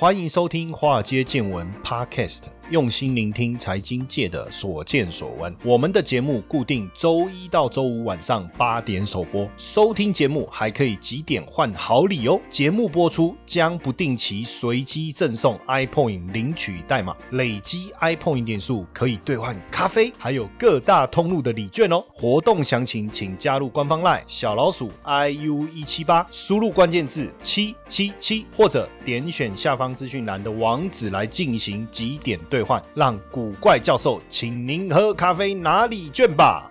欢迎收听华尔街见闻 Podcast， 用心聆听财经界的所见所闻。我们的节目固定周一到周五晚上8点首播，收听节目还可以集点换好礼哦。节目播出将不定期随机赠送 iPoint 领取代码，累积 iPoint 点数可以兑换咖啡，还有各大通路的礼券哦。活动详情请加入官方 LINE 小老鼠 IU178， 输入关键字777，或者点选下方资讯栏的网址来进行集点兑换，让古怪教授请您喝咖啡拿礼券吧。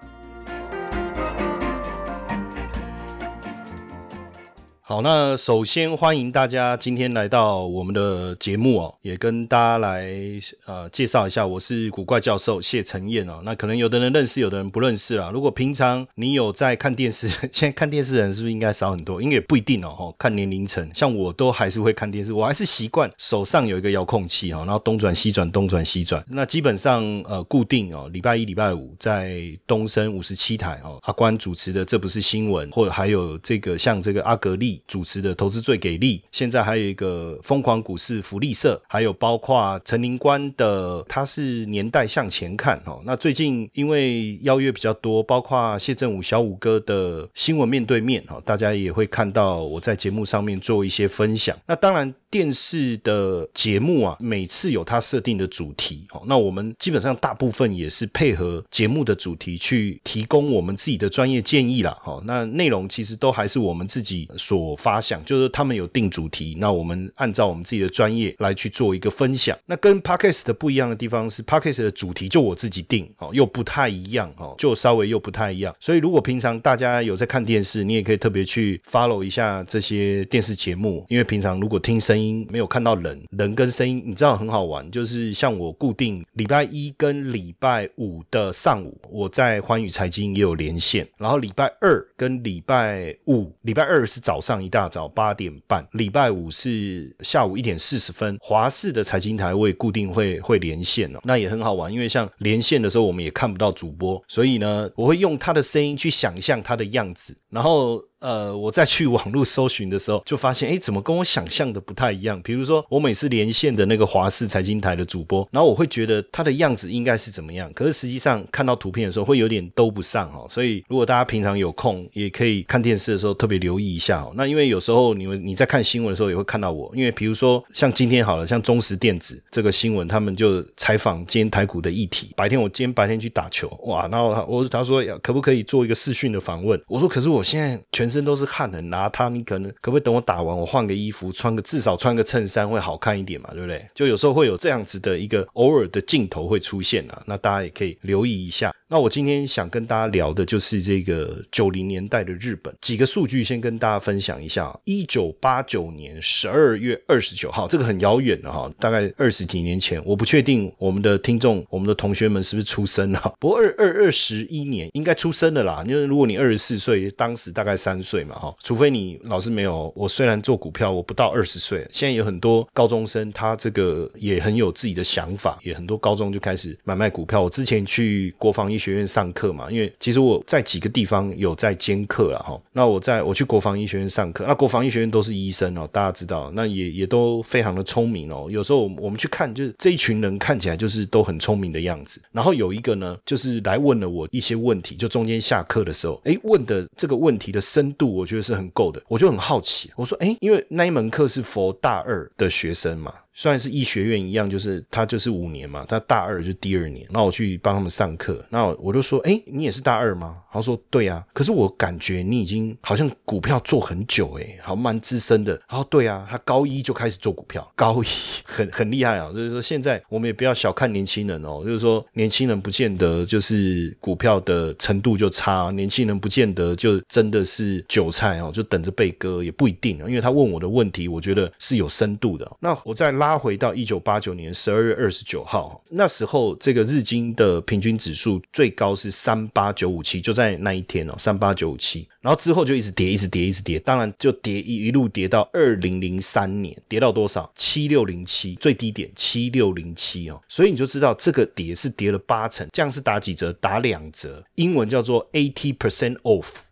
好，那首先欢迎大家今天来到我们的节目哦，也跟大家来介绍一下，我是古怪教授谢承彦哦。那可能有的人认识，有的人不认识啦。如果平常你有在看电视，现在看电视的人是不是应该少很多？应该也不一定哦，看年龄层，像我都还是会看电视，我还是习惯手上有一个遥控器哦，然后东转西转，东转西转。那基本上固定哦，礼拜一、礼拜五在东森57台哦，阿关主持的《这不是新闻》，或者还有这个像这个阿格力主持的投资最给力，现在还有一个疯狂股市福利社，还有包括陈林官的他是年代向前看哦。那最近因为邀约比较多，包括谢振武小武哥的新闻面对面哦，大家也会看到我在节目上面做一些分享。那当然电视的节目啊，每次有它设定的主题哦，那我们基本上大部分也是配合节目的主题去提供我们自己的专业建议啦哦。那内容其实都还是我们自己所发想，就是他们有定主题，那我们按照我们自己的专业来去做一个分享。那跟 Podcast 的不一样的地方是 Podcast 的主题就我自己定哦，又不太一样哦，就稍微又不太一样。所以如果平常大家有在看电视，你也可以特别去 follow 一下这些电视节目，因为平常如果听声音没有看到人跟声音，你知道很好玩，就是像我固定礼拜一跟礼拜五的上午我在寰宇财经也有连线，然后礼拜二跟礼拜五，礼拜二是早上一大早8点半，礼拜五是下午1点40分，华视的财经台我也固定会连线哦。那也很好玩，因为像连线的时候我们也看不到主播，所以呢我会用他的声音去想象他的样子，然后我再去网络搜寻的时候就发现怎么跟我想象的不太一样。比如说我每次连线的那个华视财经台的主播，然后我会觉得他的样子应该是怎么样，可是实际上看到图片的时候会有点兜不上哦。所以如果大家平常有空也可以看电视的时候特别留意一下哦。那因为有时候你在看新闻的时候也会看到我，因为比如说像今天好了，像中时电子这个新闻，他们就采访今天台股的议题。今天白天去打球，哇，然后他说可不可以做一个视讯的访问，我说可是我现在全身都是汗很邋遢，你可不可以等我打完我换个衣服，至少穿个衬衫会好看一点嘛，对不对？就有时候会有这样子的一个偶尔的镜头会出现啊，那大家也可以留意一下。那我今天想跟大家聊的就是这个90年代的日本，几个数据先跟大家分享一下。1989年12月29号，这个很遥远了哈，大概20几年前，我不确定我们的听众我们的同学们是不是出生了，不过21年应该出生了啦，因为如果你24岁，当时大概3岁嘛哈，除非你老师没有，我虽然做股票我不到20岁，现在有很多高中生他这个也很有自己的想法，也很多高中就开始买卖股票。我之前去国防医学院上课嘛，因为其实我在几个地方有在兼课啦齁，那我去国防医学院上课，那国防医学院都是医生哦，大家知道，那也都非常的聪明哦。有时候我们去看，就是这一群人看起来就是都很聪明的样子。然后有一个呢，就是来问了我一些问题，就中间下课的时候，问的这个问题的深度我觉得是很够的，我就很好奇，我说因为那一门课是for大二的学生嘛，虽然是医学院一样，就是他就是5年嘛，他大二就第2年，那我去帮他们上课，那我就说你也是大二吗？他说对啊，可是我感觉你已经好像股票做很久好蛮资深的。然后对啊，他高一就开始做股票，高一很厉害啊。就是说现在我们也不要小看年轻人哦，就是说年轻人不见得就是股票的程度就差，年轻人不见得就真的是韭菜哦，就等着被割也不一定，因为他问我的问题我觉得是有深度的。那我再拉回到1989年12月29号，那时候这个日经的平均指数最高是38957，就在那一天38957，然后之后就一直跌一直跌一直跌，当然就跌一路跌到2003年，跌到多少？7607，最低点7607所以你就知道这个跌是跌了8成，这样是打几折？打2折，英文叫做 80% off。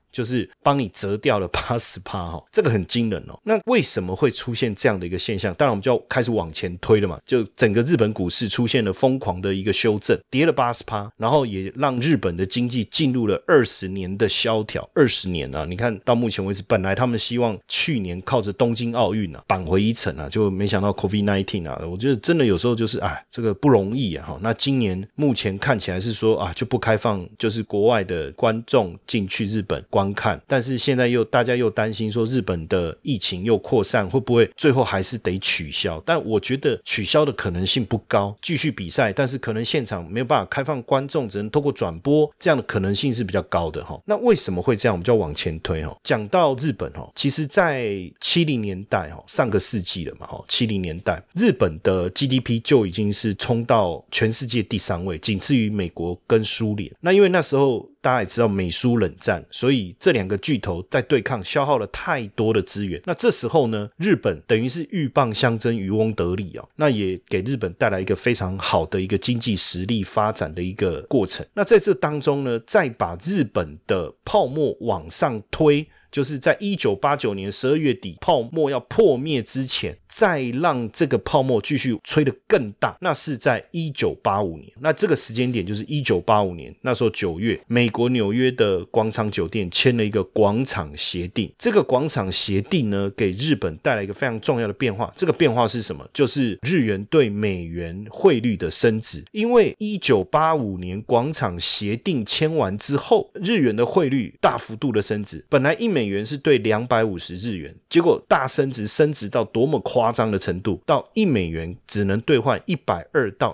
就是帮你折掉了 80%， 这个很惊人哦。那为什么会出现这样的一个现象？当然我们就要开始往前推了嘛，就整个日本股市出现了疯狂的一个修正，跌了 80%， 然后也让日本的经济进入了20年的萧条。20年啊，你看到目前为止，本来他们希望去年靠着东京奥运啊扳回一城啊，就没想到 COVID-19 啊，我觉得真的有时候就是这个不容易啊。那今年目前看起来是说就不开放，就是国外的观众进去日本观看，但是现在大家又担心说日本的疫情又扩散，会不会最后还是得取消？但我觉得取消的可能性不高，继续比赛，但是可能现场没有办法开放观众，只能透过转播，这样的可能性是比较高的。那为什么会这样？我们就要往前推。讲到日本，其实在70年代，上个世纪了嘛，70年代日本的 GDP 就已经是冲到全世界第3位，仅次于美国跟苏联。那因为那时候大家也知道美苏冷战，所以这2个巨头在对抗，消耗了太多的资源。那这时候呢，日本等于是鹬蚌相争，渔翁得利那也给日本带来一个非常好的一个经济实力发展的一个过程。那在这当中呢，再把日本的泡沫往上推，就是在1989年12月底泡沫要破灭之前，再让这个泡沫继续吹得更大，那是在1985年。那这个时间点就是1985年，那时候9月，美国纽约的广场酒店签了一个广场协定。这个广场协定呢，给日本带来一个非常重要的变化。这个变化是什么？就是日元对美元汇率的升值。因为1985年广场协定签完之后，日元的汇率大幅度的升值，本来1美元是对250日元，结果大升值，升值到多么夸张的程度，到1美元只能兑换120到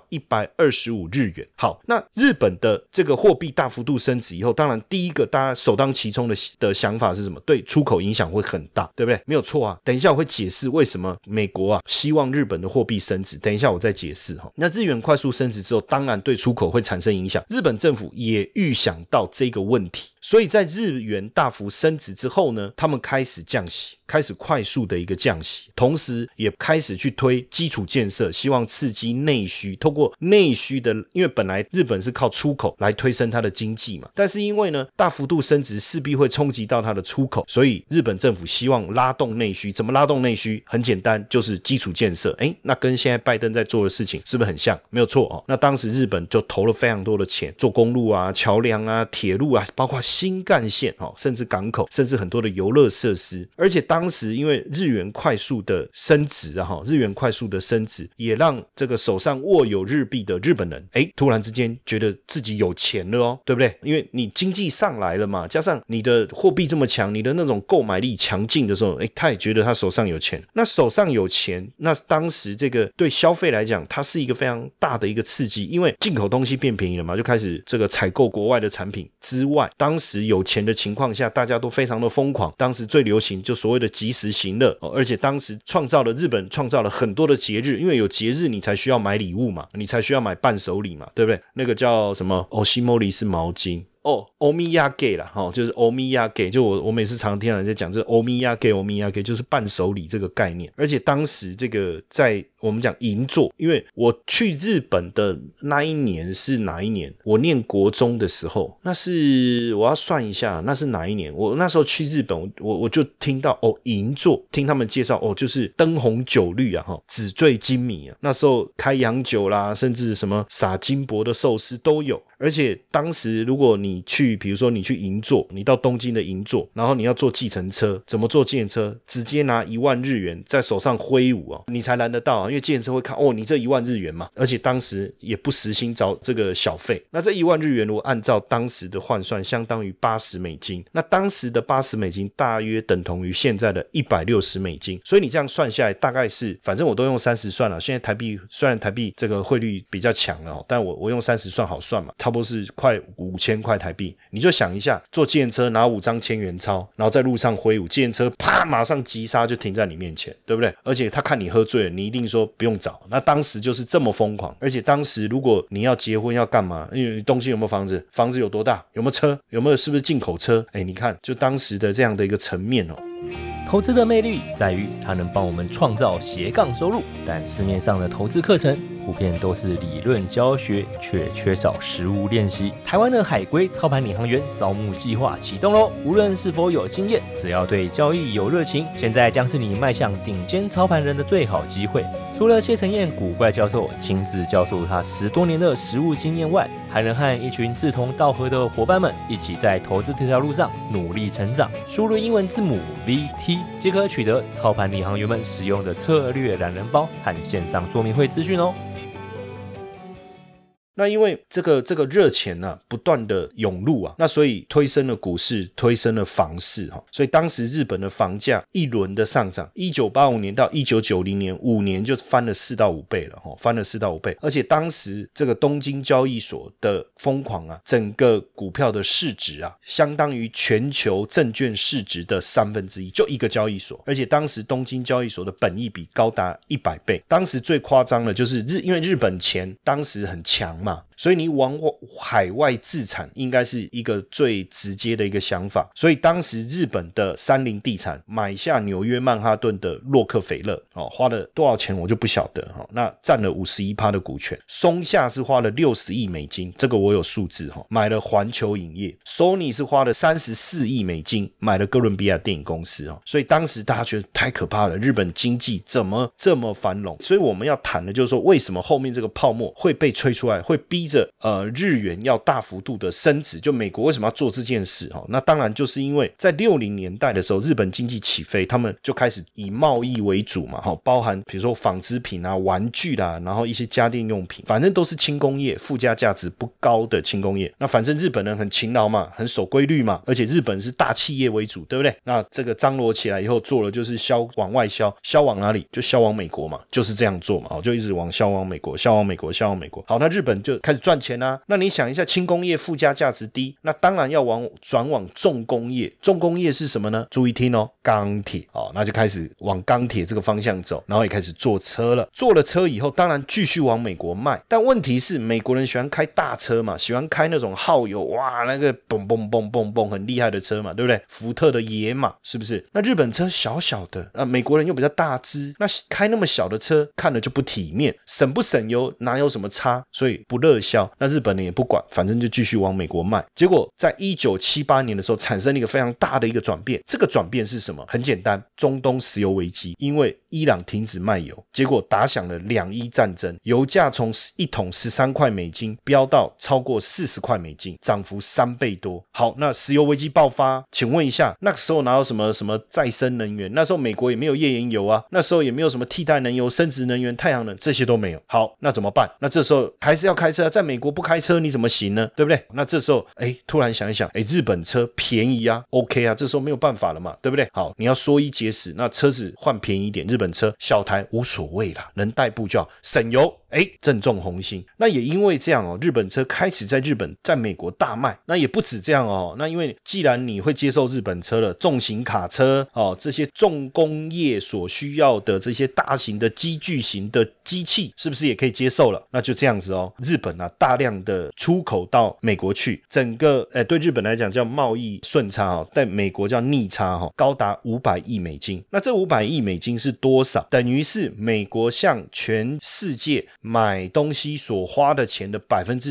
125日元。好，那日本的这个货币大幅度升值以后，当然第一个大家首当其冲的想法是什么？对出口影响会很大，对不对？没有错啊。等一下我会解释为什么美国希望日本的货币升值，等一下我再解释。那日元快速升值之后，当然对出口会产生影响，日本政府也预想到这个问题，所以在日元大幅升值之后呢，他们开始降息，开始快速的一个降息，同时也开始去推基础建设，希望刺激内需，透过内需的，因为本来日本是靠出口来推升它的经济嘛，但是因为呢大幅度升值势必会冲击到它的出口，所以日本政府希望拉动内需。怎么拉动内需？很简单，就是基础建设。那跟现在拜登在做的事情是不是很像？没有错那当时日本就投了非常多的钱，做公路啊、桥梁啊、铁路啊，包括新干线甚至港口，甚至很多的游乐设施。而且当时因为日元快速的升值也让这个手上握有日币的日本人突然之间觉得自己有钱了对不对？因为你经济上来了嘛，加上你的货币这么强，你的那种购买力强劲的时候他也觉得他手上有钱。那手上有钱，那当时这个对消费来讲，它是一个非常大的一个刺激，因为进口东西变便宜了嘛，就开始这个采购国外的产品之外，当时有钱的情况下，大家都非常的疯狂。当时最流行就所谓的即时行乐而且当时日本创造了很多的节日，因为有节日你才需要买礼物嘛，你才需要买伴手礼嘛，对不对？那个叫什么Oshimori是毛巾omiyage 啦就是 omiyage， 就我每次常听人在讲这个 omiyage 就是伴手礼这个概念。而且当时这个在我们讲银座，因为我去日本的那一年是哪一年？我念国中的时候，那是我要算一下那是哪一年。我那时候去日本，我就听到银座，听他们介绍就是灯红酒绿纸醉金迷那时候开洋酒啦，甚至什么撒金箔的寿司都有。而且当时如果你去，比如说你去银座，你到东京的银座，然后你要坐计程车，怎么坐计程车？直接拿1万日元在手上挥舞你才拦得到因为计程车会看你这1万日元嘛。而且当时也不实行找这个小费，那这1万日元如果按照当时的换算，相当于80美金，那当时的80美金大约等同于现在的160美金，所以你这样算下来大概是，反正我都用30算了，现在台币虽然台币这个汇率比较强了但我用30算好算嘛，差不多是快5000块台币。你就想一下，坐计程车拿5张千元钞，然后在路上挥舞，计程车啪马上急刹就停在你面前，对不对？而且他看你喝醉了，你一定说不用找。那当时就是这么疯狂。而且当时如果你要结婚要干嘛，因为东京有没有房子，房子有多大，有没有车，有没有是不是进口车，你看就当时的这样的一个层面投资的魅力在于它能帮我们创造斜杠收入，但市面上的投资课程普遍都是理论教学，却缺少实务练习。台湾的海归操盘领航员招募计划启动咯，无论是否有经验，只要对交易有热情，现在将是你迈向顶尖操盘人的最好机会。除了谢承彦古怪教授亲自教授他10多年的实务经验外，还能和一群志同道合的伙伴们一起在投资这条路上努力成长。输入英文字母 VT 即可取得操盘领航员们使用的策略懒人包和线上说明会资讯哦。 那因为这个热钱啊不断的涌入啊，那所以推升了股市，推升了房市所以当时日本的房价一轮的上涨，1985年到1990年5年就翻了4到5倍了翻了4到5倍，而且当时这个东京交易所的疯狂啊，整个股票的市值啊相当于全球证券市值的1/3，就一个交易所，而且当时东京交易所的本益比高达100倍。当时最夸张的就是因为日本钱当时很强嘛，所以你往海外自产应该是一个最直接的一个想法，所以当时日本的三菱地产买下纽约曼哈顿的洛克菲勒花了多少钱我就不晓得那占了 51% 的股权。松下是花了60亿美金，这个我有数字买了环球影业。 Sony 是花了34亿美金买了哥伦比亚电影公司所以当时大家觉得太可怕了，日本经济怎么这么繁荣。所以我们要谈的就是说，为什么后面这个泡沫会被吹出来，会逼着日元要大幅度的升值，就美国为什么要做这件事那当然就是因为在60年代的时候，日本经济起飞，他们就开始以贸易为主嘛包含比如说纺织品啊、玩具啦，然后一些家电用品，反正都是轻工业，附加价值不高的轻工业。那反正日本人很勤劳嘛，很守规律嘛，而且日本是大企业为主，对不对？那这个张罗起来以后做了就是往外销，销往哪里？就销往美国嘛，就是这样做嘛就一直销往美国，销往美国，销往美国。好，那日本就开始赚钱啊。那你想一下，轻工业附加价值低，那当然要转往重工业。重工业是什么呢？注意听钢铁那就开始往钢铁这个方向走，然后也开始做车了。做了车以后，当然继续往美国卖，但问题是美国人喜欢开大车嘛，喜欢开那种耗油哇那个蹦蹦蹦蹦蹦很厉害的车嘛，对不对？福特的野马是不是？那日本车小小的美国人又比较大只，那开那么小的车看了就不体面，省不省油哪有什么差，所以不热销。那日本人也不管，反正就继续往美国卖。结果在1978年的时候产生了一个非常大的一个转变。这个转变是什么？很简单，中东石油危机，因为伊朗停止卖油，结果打响了2伊战争，油价从1桶13块美金飙到超过40块美金，涨幅3倍多。好，那石油危机爆发，请问一下，那个时候哪有什么再生能源？那时候美国也没有页岩油啊，那时候也没有什么替代能油、生质能源、太阳能，这些都没有。好，那怎么办？那这时候还是要开车，在美国不开车你怎么行呢？对不对？那这时候突然想一想，日本车便宜啊 OK 啊，这时候没有办法了嘛，对不对？好，你要缩衣节食，那车子换便宜一点，日本车小台无所谓啦，能代步就好，省油正中红心。那也因为这样日本车开始在日本在美国大卖。那也不止这样那因为既然你会接受日本车了，重型卡车这些重工业所需要的这些大型的机具型的机器是不是也可以接受了？那就这样子日本大量的出口到美国去，整个对日本来讲叫贸易顺差在美国叫逆差高达500亿美金。那这500亿美金是多少？等于是美国向全世界买东西所花的钱的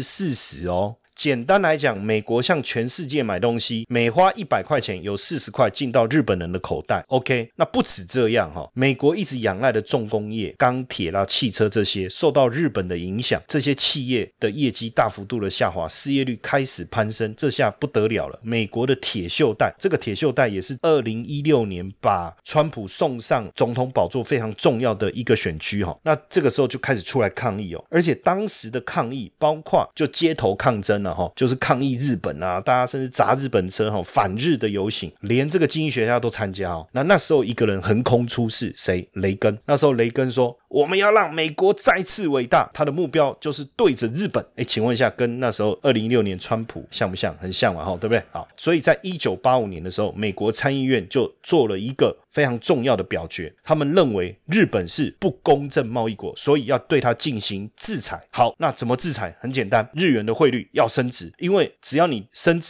40% 简单来讲，美国向全世界买东西，每花100块钱有40块进到日本人的口袋。 OK， 那不止这样美国一直仰赖的重工业，钢铁啦、汽车这些受到日本的影响，这些企业的业绩大幅度的下滑，失业率开始攀升，这下不得了了。美国的铁锈带，这个铁锈带也是2016年把川普送上总统宝座非常重要的一个选区那这个时候就开始出来抗议而且当时的抗议包括就街头抗争就是抗议日本大家甚至砸日本车反日的游行，连这个经济学家都参加那时候一个人横空出世，谁？雷根。那时候雷根说我们要让美国再次伟大，他的目标就是对着日本。请问一下，跟那时候2016年川普像不像？很像嘛对不对？好，所以在1985年的时候，美国参议院就做了一个非常重要的表决，他们认为日本是不公正贸易国，所以要对它进行制裁。好，那怎么制裁？很简单，日元的汇率要升值，因为只要你升值了，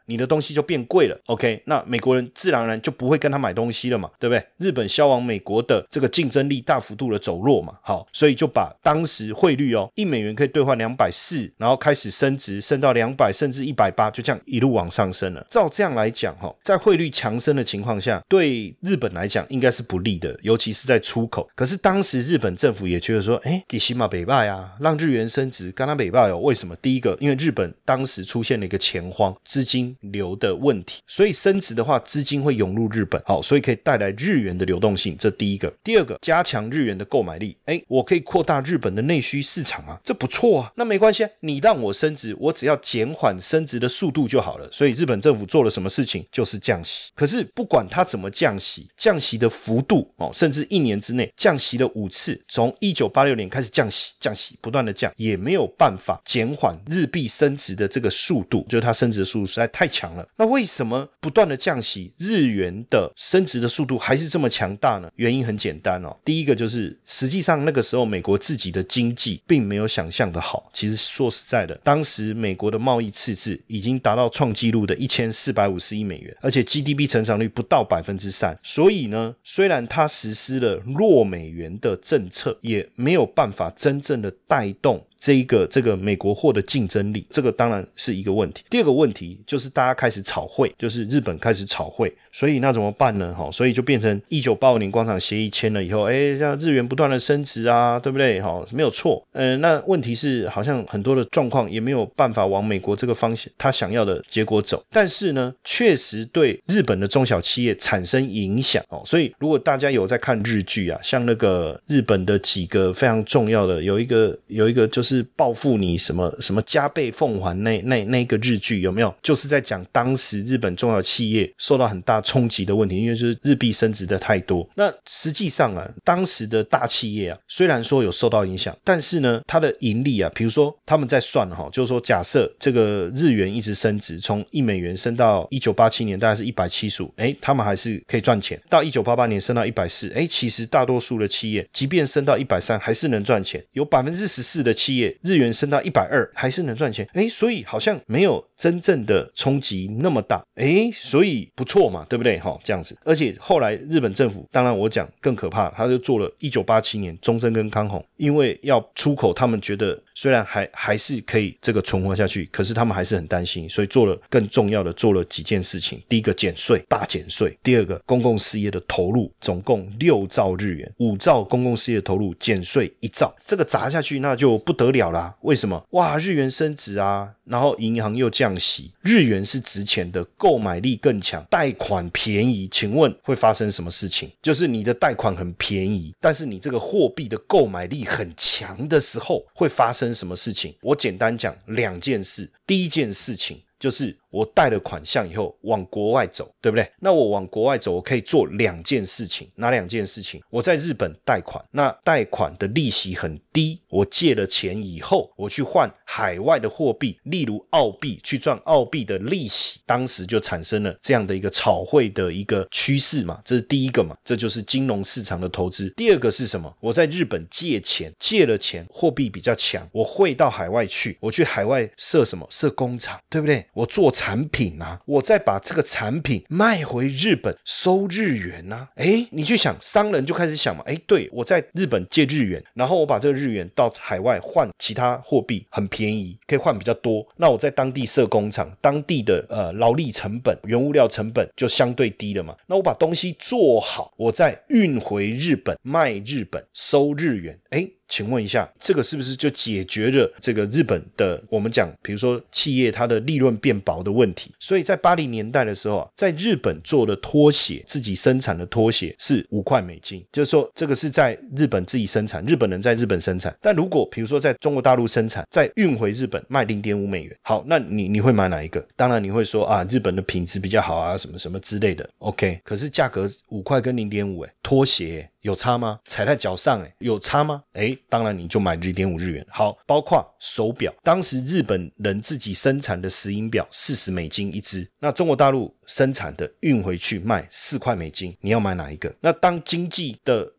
你的东西就变贵了 OK， 那美国人自然而然就不会跟他买东西了嘛，对不对？日本销往美国的这个竞争力大幅度的走弱嘛，好，所以就把当时汇率1美元可以兑换240，然后开始升值，升到200甚至180，就这样一路往上升了。照这样来讲，在汇率强升的情况下，对日本来讲应该是不利的，尤其是在出口。可是当时日本政府也觉得说，其实嘛不错啊，让日元升值跟他不错为什么？第一个，因为日本当时出现了一个钱荒，资金流的问题，所以升值的话资金会涌入日本，好，所以可以带来日元的流动性，这第一个。第二个，加强日元的购买力，我可以扩大日本的内需市场啊，这不错啊。那没关系啊，你让我升值，我只要减缓升值的速度就好了。所以日本政府做了什么事情？就是降息。可是不管他怎么降息，降息的幅度甚至1年之内降息了5次，从1986年开始降息不断的降，也没有办法减缓日币升值的这个速度，就是它升值的速度实在太强了。那为什么不断的降息，日元的升值的速度还是这么强大呢？原因很简单第一个就是实际上那个时候美国自己的经济并没有想象的好。其实说实在的，当时美国的贸易赤字已经达到创纪录的1450亿美元，而且 GDP 成长率不到 3%。 所以呢，虽然它实施了弱美元的政策，也没有办法真正的带动这个美国货的竞争力，这个当然是一个问题。第二个问题就是大家开始炒汇，就是日本开始炒汇，所以那怎么办呢？所以就变成1985年广场协议签了以后，像日元不断的升值啊，对不对？没有错。那问题是好像很多的状况也没有办法往美国这个方向他想要的结果走，但是呢，确实对日本的中小企业产生影响所以如果大家有在看日剧啊，像那个日本的几个非常重要的，有一个就是报复你什么加倍奉还那个日剧，有没有？就是在讲当时日本中小企业受到很大冲击的问题，因为就是日币升值的太多。那实际上啊，当时的大企业啊，虽然说有受到影响，但是呢，它的盈利啊，比如说他们在算就是说假设这个日元一直升值，从1美元升到1987年大概是175，他们还是可以赚钱。到1988年升到140，其实大多数的企业即便升到130还是能赚钱，有 14% 的企业日元升到120还是能赚钱，所以好像没有真正的冲击那么大，所以不错嘛，对不对？这样子。而且后来日本政府，当然我讲更可怕，他就做了1987年中正跟康弘，因为要出口，他们觉得虽然还是可以这个存活下去，可是他们还是很担心，所以做了更重要的，做了几件事情。第一个减税，大减税；第二个公共事业的投入总共6兆日元，5兆公共事业投入，减税1兆，这个砸下去那就不得了啦。为什么？哇，日元升值啊，然后银行又降息，日元是值钱的，购买力更强，贷款便宜，请问会发生什么事情？就是你的贷款很便宜，但是你这个货币的购买力很强的时候会发生什么事情？我简单讲2件事。第一件事情就是我贷了款项以后往国外走，对不对？那我往国外走，我可以做2件事情。哪2件事情？我在日本贷款，那贷款的利息很低，我借了钱以后，我去换海外的货币，例如澳币，去赚澳币的利息，当时就产生了这样的一个炒汇的一个趋势嘛，这是第一个嘛，这就是金融市场的投资。第二个是什么？我在日本借钱，借了钱，货币比较强，我汇到海外去，我去海外设什么？设工厂，对不对？我做产品啊，我再把这个产品卖回日本收日元啊，你去想，商人就开始想嘛，对，我在日本借日元，然后我把这个日元到海外换其他货币，很便宜，可以换比较多，那我在当地设工厂，当地的劳力成本、原物料成本就相对低了嘛，那我把东西做好，我再运回日本卖日本收日元，请问一下，这个是不是就解决了这个日本的我们讲比如说企业它的利润变薄的问题？所以在80年代的时候在日本做的拖鞋，自己生产的拖鞋是5块美金，就是说这个是在日本自己生产，日本人在日本生产。但如果比如说在中国大陆生产，再运回日本卖 0.5 美元，好，那你会买哪一个？当然你会说啊，日本的品质比较好啊，什么什么之类的 OK， 可是价格5块跟 0.5 拖鞋有差吗？踩在脚上有差吗？当然你就买 0.5 日元。好，包括手表，当时日本人自己生产的石英表40美金一只，那中国大陆生产的运回去卖4块美金，你要买哪一个？那当经济的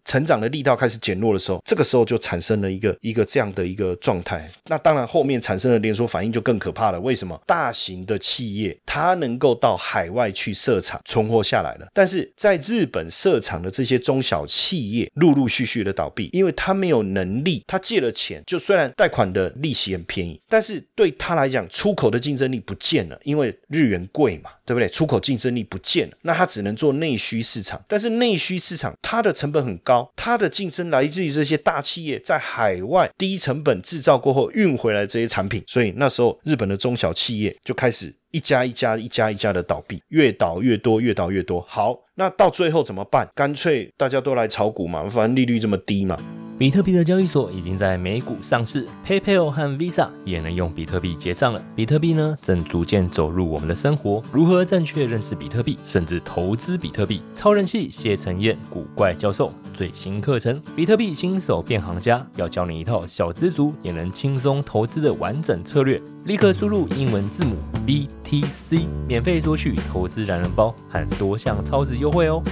成长的力道开始减弱的时候，这个时候就产生了一个这样的一个状态。那当然后面产生的连锁反应就更可怕了。为什么？大型的企业它能够到海外去设厂存活下来了，但是在日本设厂的这些中小企业陆陆续续的倒闭，因为他没有能力，他借了钱，就虽然贷款的利息很便宜，但是对他来讲出口的竞争力不见了，因为日元贵嘛，对不对？出口竞争力不见了，那他只能做内需市场，但是内需市场它的成本很高，它的竞争来自于这些大企业在海外低成本制造过后运回来这些产品，所以那时候日本的中小企业就开始一家一家的倒闭，越倒越多，越倒越多。好，那到最后怎么办？干脆大家都来炒股嘛，反正利率这么低嘛。 比特币的交易所已经在美股上市 ，PayPal 和 Visa 也能用比特币结账了。比特币呢，正逐渐走入我们的生活。如何正确认识比特币，甚至投资比特币？超人气谢承彦古怪教授最新课程《比特币新手变行家》，要教你一套小资族也能轻松投资的完整策略。立刻输入英文字母 BTC， 免费索取投资懒人包和多项超值优惠哦。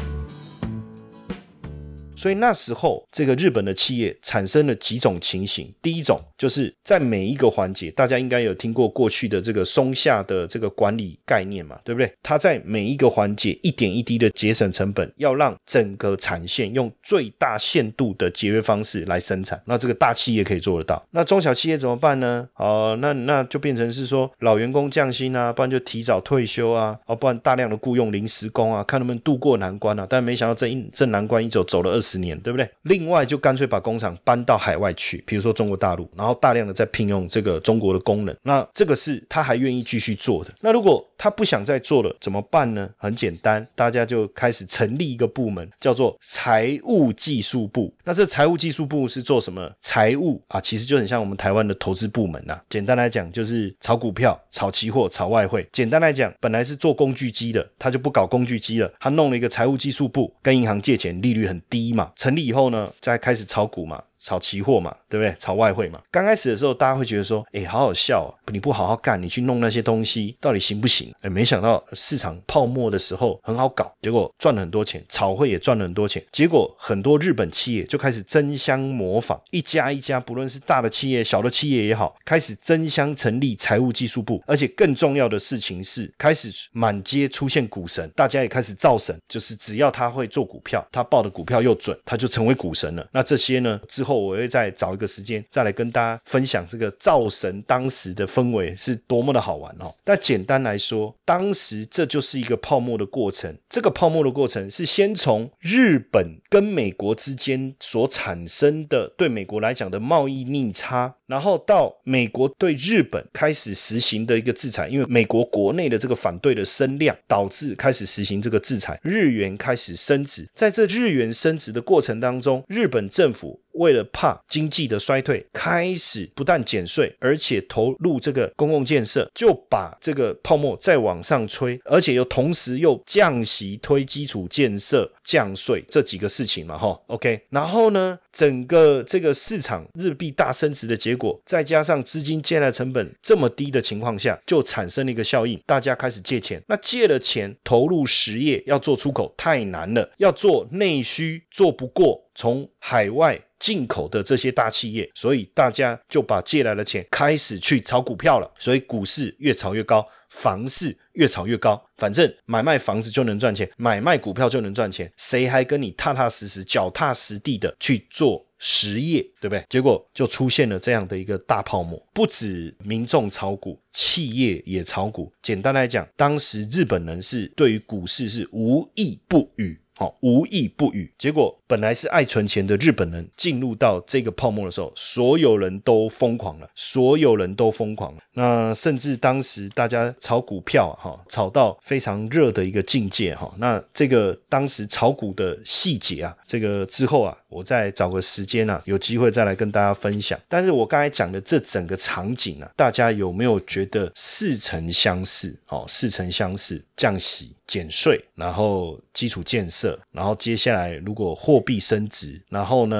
所以那时候这个日本的企业产生了几种情形。第一种就是在每一个环节，大家应该有听过过去的这个松下的这个管理概念嘛，对不对？它在每一个环节一点一滴的节省成本，要让整个产线用最大限度的节约方式来生产。那这个大企业可以做得到，那中小企业怎么办呢？那就变成是说老员工降薪啊，不然就提早退休啊，不然大量的雇用临时工啊，看能不能渡过难关啊。但没想到这难关一走了20年，对不对？另外就干脆把工厂搬到海外去，比如说中国大陆，然后大量的再聘用这个中国的工人，那这个是他还愿意继续做的。那如果他不想再做了怎么办呢？很简单，大家就开始成立一个部门，叫做财务技术部。那这财务技术部是做什么？财务啊，其实就很像我们台湾的投资部门啊。简单来讲就是炒股票、炒期货、炒外汇。简单来讲，本来是做工具机的，他就不搞工具机了，他弄了一个财务技术部，跟银行借钱，利率很低嘛。成立以后呢，再开始炒股嘛，炒期货嘛，对不对？炒外汇嘛。刚开始的时候大家会觉得说好好笑啊，你不好好干，你去弄那些东西到底行不行？没想到市场泡沫的时候很好搞，结果赚了很多钱，炒汇也赚了很多钱。结果很多日本企业就开始争相模仿，一家一家不论是大的企业小的企业也好，开始争相成立财务技术部。而且更重要的事情是开始满街出现股神，大家也开始造神，就是只要他会做股票，他报的股票又准，他就成为股神了。那这些呢，之后我会再找一个时间再来跟大家分享这个造神当时的氛围是多么的好玩哦。但简单来说，当时这就是一个泡沫的过程。这个泡沫的过程是先从日本跟美国之间所产生的对美国来讲的贸易逆差，然后到美国对日本开始实行的一个制裁，因为美国国内的这个反对的声量导致开始实行这个制裁，日元开始升值。在这日元升值的过程当中，日本政府为了怕经济的衰退，开始不但减税，而且投入这个公共建设，就把这个泡沫再往上吹，而且同时又降息、推基础建设、降税这几个事情嘛，OK。然后呢，整个这个市场日币大升值的结果，再加上资金借贷成本这么低的情况下，就产生了一个效应，大家开始借钱。那借了钱投入实业，要做出口太难了，要做内需做不过从海外进口的这些大企业，所以大家就把借来的钱开始去炒股票了。所以股市越炒越高，房市越炒越高，反正买卖房子就能赚钱，买卖股票就能赚钱，谁还跟你踏踏实实脚踏实地的去做实业，对不对？结果就出现了这样的一个大泡沫，不止民众炒股，企业也炒股。简单来讲，当时日本人是对于股市是无意不语，无意不语。结果本来是爱存钱的日本人进入到这个泡沫的时候，所有人都疯狂了，那甚至当时大家炒股票炒到非常热的一个境界那这个当时炒股的细节啊，这个之后啊，我再找个时间啊，有机会再来跟大家分享。但是我刚才讲的这整个场景啊，大家有没有觉得似曾相识？似曾相识，降息、减税，然后基础建设，然后接下来如果货币升值，然后呢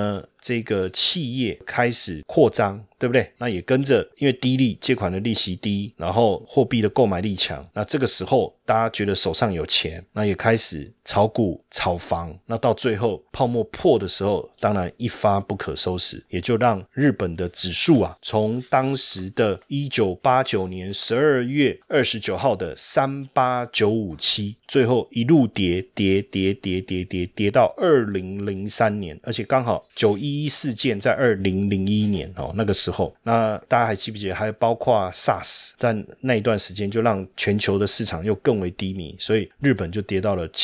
这个企业开始扩张，对不对？那也跟着因为低利，借款的利息低，然后货币的购买力强，那这个时候大家觉得手上有钱，那也开始炒股炒房，那到最后泡沫破的时候，当然一发不可收拾，也就让日本的指数从当时的1989年12月29号的38957，最后一路跌到2003年，而且刚好911事件在2001年那个时候，那大家还记不记得还包括 SARS， 但那一段时间就让全球的市场又更为低迷，所以日本就跌到了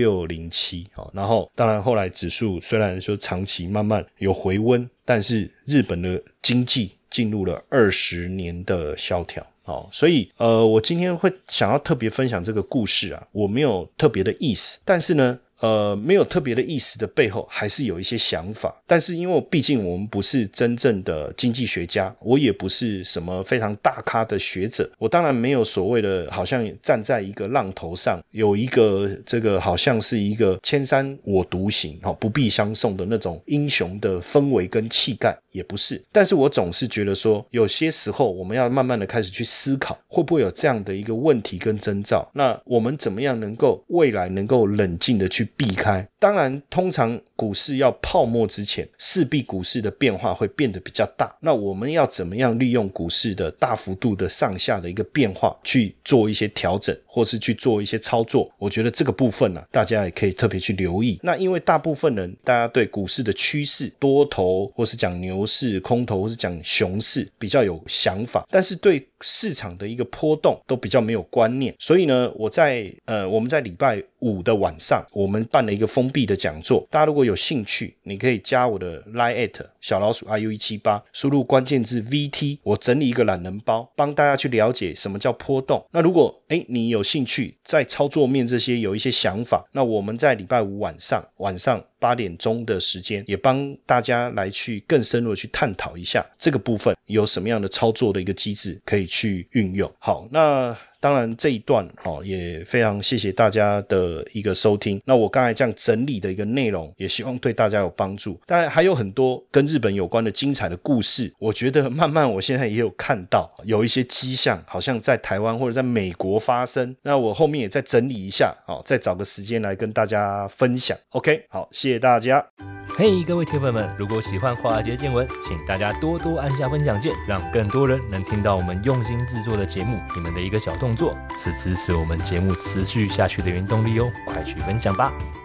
7607，然后当然后来指数虽然说长期慢慢有回温，但是日本的经济进入了20年的萧条。所以我今天会想要特别分享这个故事我没有特别的意思，但是呢没有特别的意思的背后还是有一些想法，但是因为毕竟我们不是真正的经济学家，我也不是什么非常大咖的学者，我当然没有所谓的好像站在一个浪头上有一个这个好像是一个千山我独行不必相送的那种英雄的氛围跟气概，也不是，但是我总是觉得说有些时候我们要慢慢的开始去思考会不会有这样的一个问题跟征兆，那我们怎么样能够未来能够冷静的去避开。当然通常股市要泡沫之前，势必股市的变化会变得比较大，那我们要怎么样利用股市的大幅度的上下的一个变化去做一些调整，或是去做一些操作，我觉得这个部分大家也可以特别去留意。那因为大部分人大家对股市的趋势多头或是讲牛市空头或是讲熊市比较有想法，但是对市场的一个波动都比较没有观念，所以呢我们在礼拜5的晚上我们办了一个封闭的讲座，大家如果有兴趣你可以加我的 Line@ 小老鼠 RU178， 输入关键字 VT， 我整理一个懒人包帮大家去了解什么叫波动。那如果你有兴趣在操作面这些有一些想法，那我们在礼拜5晚上8点钟的时间也帮大家来去更深入的去探讨一下这个部分有什么样的操作的一个机制可以去运用。好，那当然这一段也非常谢谢大家的一个收听，那我刚才这样整理的一个内容也希望对大家有帮助。当然还有很多跟日本有关的精彩的故事，我觉得慢慢我现在也有看到有一些迹象好像在台湾或者在美国发生，那我后面也再整理一下再找个时间来跟大家分享。 OK， 好，谢谢大家。 嘿，各位铁粉们，如果喜欢华尔街见闻，请大家多多按下分享键，让更多人能听到我们用心制作的节目。你们的一个小动作是支持我们节目持续下去的原动力哦，快去分享吧。